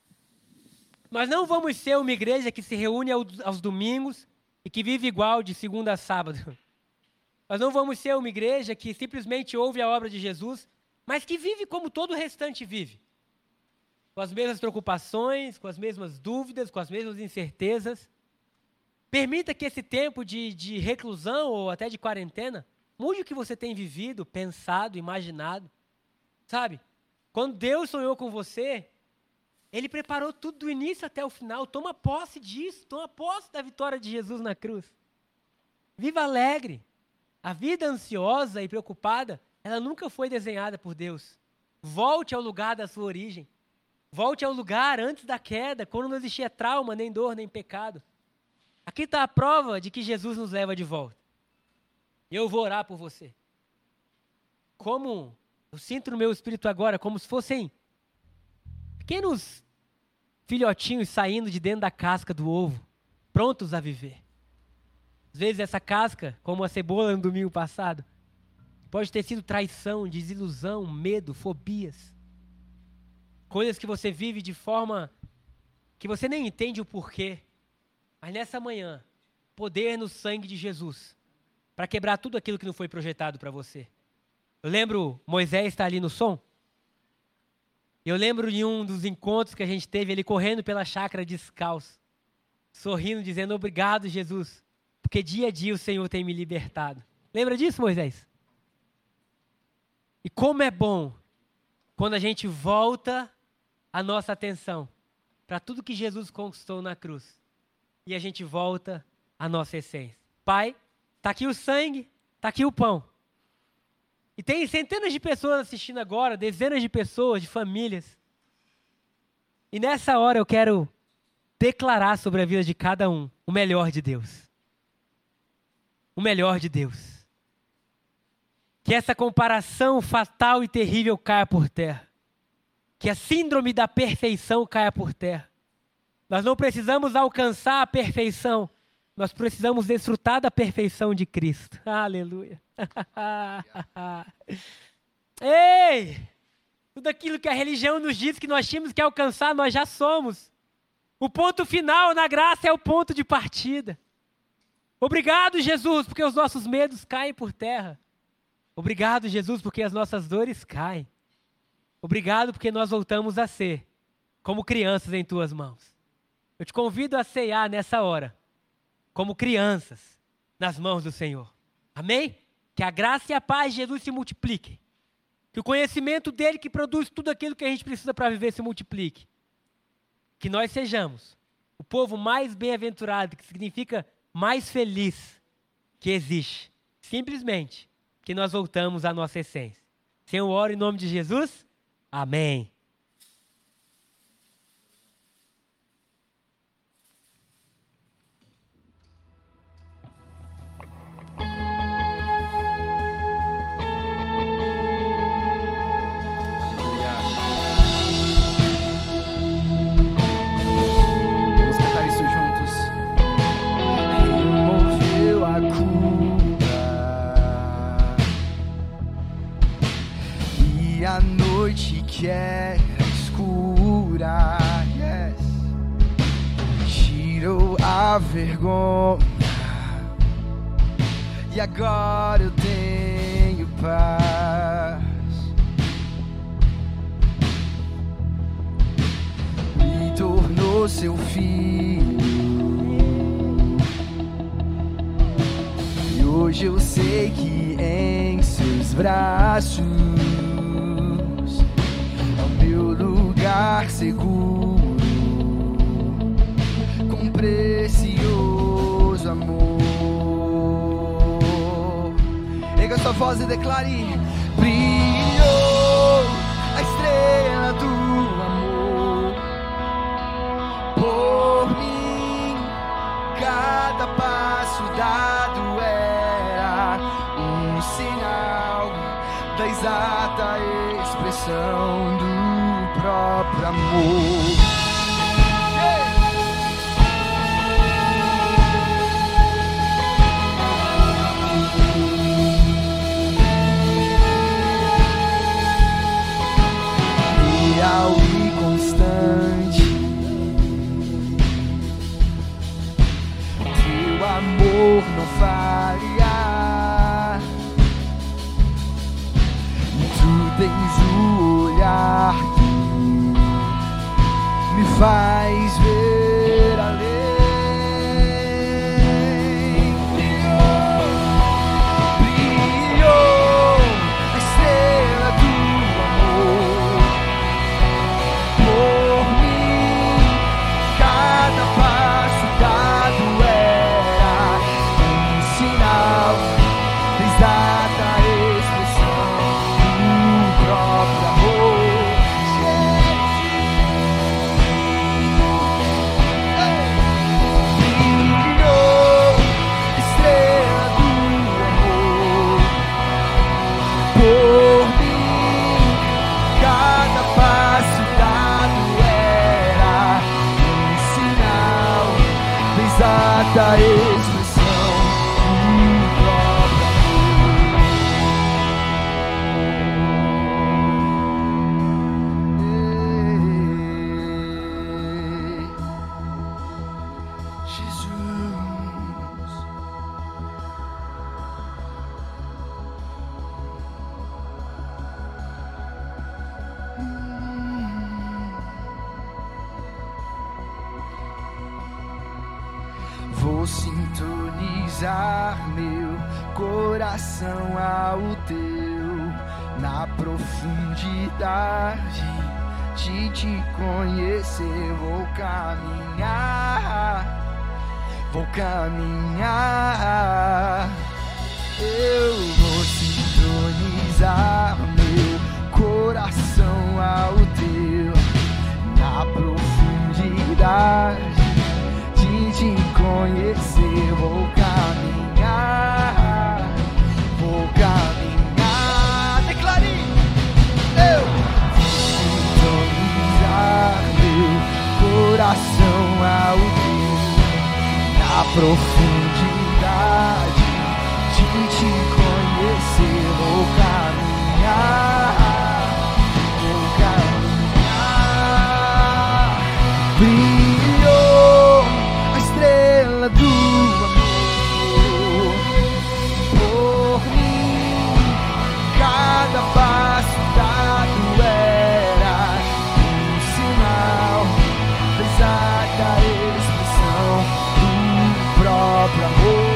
Nós não vamos ser uma igreja que se reúne aos domingos e que vive igual de segunda a sábado. Nós não vamos ser uma igreja que simplesmente ouve a obra de Jesus, mas que vive como todo o restante vive. Com as mesmas preocupações, com as mesmas dúvidas, com as mesmas incertezas. Permita que esse tempo de reclusão ou até de quarentena mude o que você tem vivido, pensado, imaginado. Sabe? Quando Deus sonhou com você, Ele preparou tudo do início até o final. Toma posse disso, toma posse da vitória de Jesus na cruz. Viva alegre. A vida ansiosa e preocupada, ela nunca foi desenhada por Deus. Volte ao lugar da sua origem. Volte ao lugar antes da queda, quando não existia trauma, nem dor, nem pecado. Aqui está a prova de que Jesus nos leva de volta. Eu vou orar por você. Como eu sinto no meu espírito agora, como se fossem pequenos filhotinhos saindo de dentro da casca do ovo, prontos a viver. Às vezes essa casca, como a cebola no domingo passado, pode ter sido traição, desilusão, medo, fobias. Coisas que você vive de forma que você nem entende o porquê. Mas nessa manhã, poder no sangue de Jesus, para quebrar tudo aquilo que não foi projetado para você. Eu lembro, Moisés está ali no som. Eu lembro de um dos encontros que a gente teve, ele correndo pela chácara descalço, sorrindo, dizendo: obrigado, Jesus, porque dia a dia o Senhor tem me libertado. Lembra disso, Moisés? E como é bom quando a gente volta a nossa atenção para tudo que Jesus conquistou na cruz. E a gente volta à nossa essência. Pai, está aqui o sangue, está aqui o pão. E tem centenas de pessoas assistindo agora, dezenas de pessoas, de famílias. E nessa hora eu quero declarar sobre a vida de cada um o melhor de Deus. O melhor de Deus. Que essa comparação fatal e terrível caia por terra. Que a síndrome da perfeição caia por terra. Nós não precisamos alcançar a perfeição. Nós precisamos desfrutar da perfeição de Cristo. Aleluia. Ei! Tudo aquilo que a religião nos diz que nós tínhamos que alcançar, nós já somos. O ponto final na graça é o ponto de partida. Obrigado, Jesus, porque os nossos medos caem por terra. Obrigado, Jesus, porque as nossas dores caem. Obrigado porque nós voltamos a ser como crianças em tuas mãos. Eu te convido a ceiar nessa hora, como crianças nas mãos do Senhor. Amém? Que a graça e a paz de Jesus se multipliquem. Que o conhecimento dele que produz tudo aquilo que a gente precisa para viver se multiplique. Que nós sejamos o povo mais bem-aventurado, que significa mais feliz que existe. Simplesmente que nós voltamos à nossa essência. Senhor, eu oro em nome de Jesus. Amém. Vamos cantar isso juntos. Removeu a culpa e a noite que era escura, yes, tirou a vergonha e agora eu tenho paz. Me tornou seu filho e hoje eu sei que em seus braços é o meu lugar seguro, com precioso amor. Erga sua voz e declare: brilhou a estrela do amor por mim, cada passo dado era um sinal da exata expressão do próprio amor. Real e constante, teu amor não falha. Tu tens o olhar que me faz ver além. expressão do próprio amor. Jesus. Vou sintonizar meu coração ao teu, na profundidade de te conhecer. Vou caminhar. Eu vou sintonizar meu coração ao teu, na profundidade de te conhecer. Vou caminhar. Declare. Eu vou sintonizar meu coração ao teu, na profundidade de te conhecer. Vou caminhar. Brilhou a estrela do amor por mim. Cada passo dado era um sinal da exata expressão do próprio amor.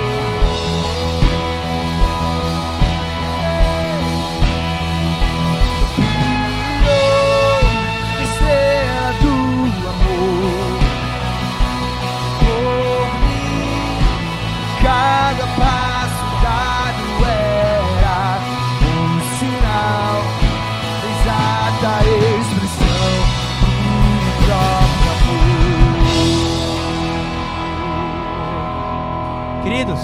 Cada passo dado era um sinal da exata expressão do próprio amor. Queridos,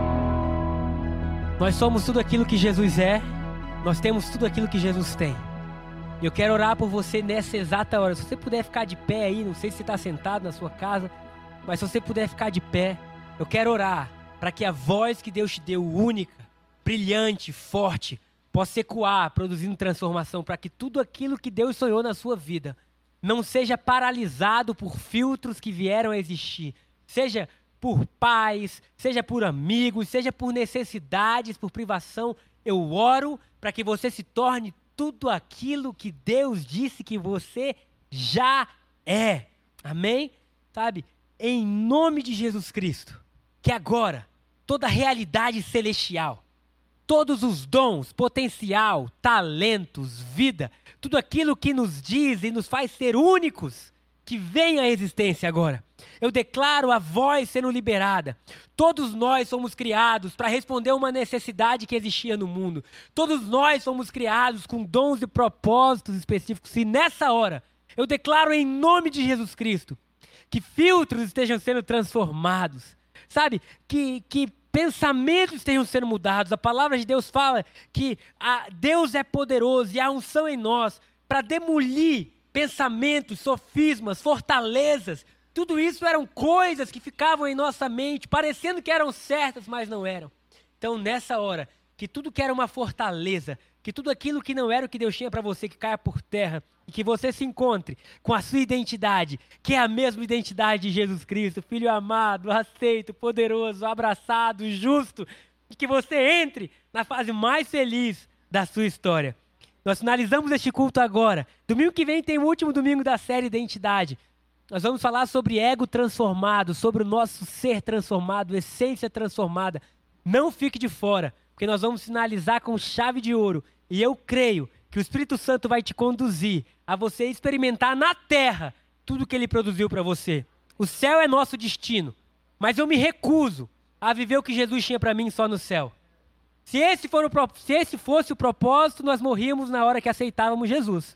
nós somos tudo aquilo que Jesus é, nós temos tudo aquilo que Jesus tem. Eu quero orar por você nessa exata hora. Se você puder ficar de pé aí, não sei se você está sentado na sua casa, mas se você puder ficar de pé, eu quero orar para que a voz que Deus te deu, única, brilhante, forte, possa ecoar, produzindo transformação, para que tudo aquilo que Deus sonhou na sua vida não seja paralisado por filtros que vieram a existir, seja por pais, seja por amigos, seja por necessidades, por privação. Eu oro para que você se torne tudo aquilo que Deus disse que você já é. Amém? Sabe? Em nome de Jesus Cristo, que agora toda a realidade celestial, todos os dons, potencial, talentos, vida, tudo aquilo que nos diz e nos faz ser únicos, que venha à existência agora. Eu declaro a voz sendo liberada. Todos nós somos criados para responder a uma necessidade que existia no mundo. Todos nós somos criados com dons e propósitos específicos. E nessa hora, eu declaro em nome de Jesus Cristo, que filtros estejam sendo transformados. Sabe, que pensamentos estejam sendo mudados. A palavra de Deus fala que Deus é poderoso e a unção em nós para demolir pensamentos, sofismas, fortalezas. Tudo isso eram coisas que ficavam em nossa mente, parecendo que eram certas, mas não eram. Então, nessa hora, que tudo que era uma fortaleza, que tudo aquilo que não era o que Deus tinha para você, que caia por terra, e que você se encontre com a sua identidade, que é a mesma identidade de Jesus Cristo, Filho amado, aceito, poderoso, abraçado, justo, e que você entre na fase mais feliz da sua história. Nós finalizamos este culto agora. Domingo que vem tem o último domingo da série Identidade. Nós vamos falar sobre ego transformado, sobre o nosso ser transformado, essência transformada. Não fique de fora, porque nós vamos finalizar com chave de ouro. E eu creio que o Espírito Santo vai te conduzir a você experimentar na terra tudo que ele produziu para você. O céu é nosso destino, mas eu me recuso a viver o que Jesus tinha para mim só no céu. Se esse fosse o propósito, nós morríamos na hora que aceitávamos Jesus.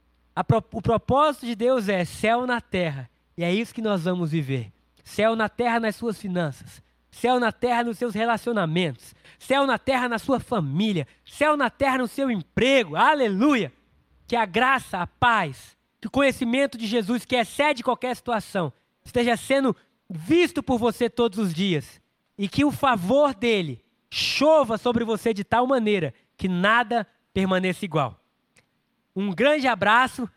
O propósito de Deus é céu na terra, e é isso que nós vamos viver. Céu na terra nas suas finanças, céu na terra nos seus relacionamentos, céu na terra na sua família, céu na terra no seu emprego, aleluia! Que a graça, a paz, que o conhecimento de Jesus, que excede qualquer situação, esteja sendo visto por você todos os dias e que o favor dele chova sobre você de tal maneira que nada permaneça igual. Um grande abraço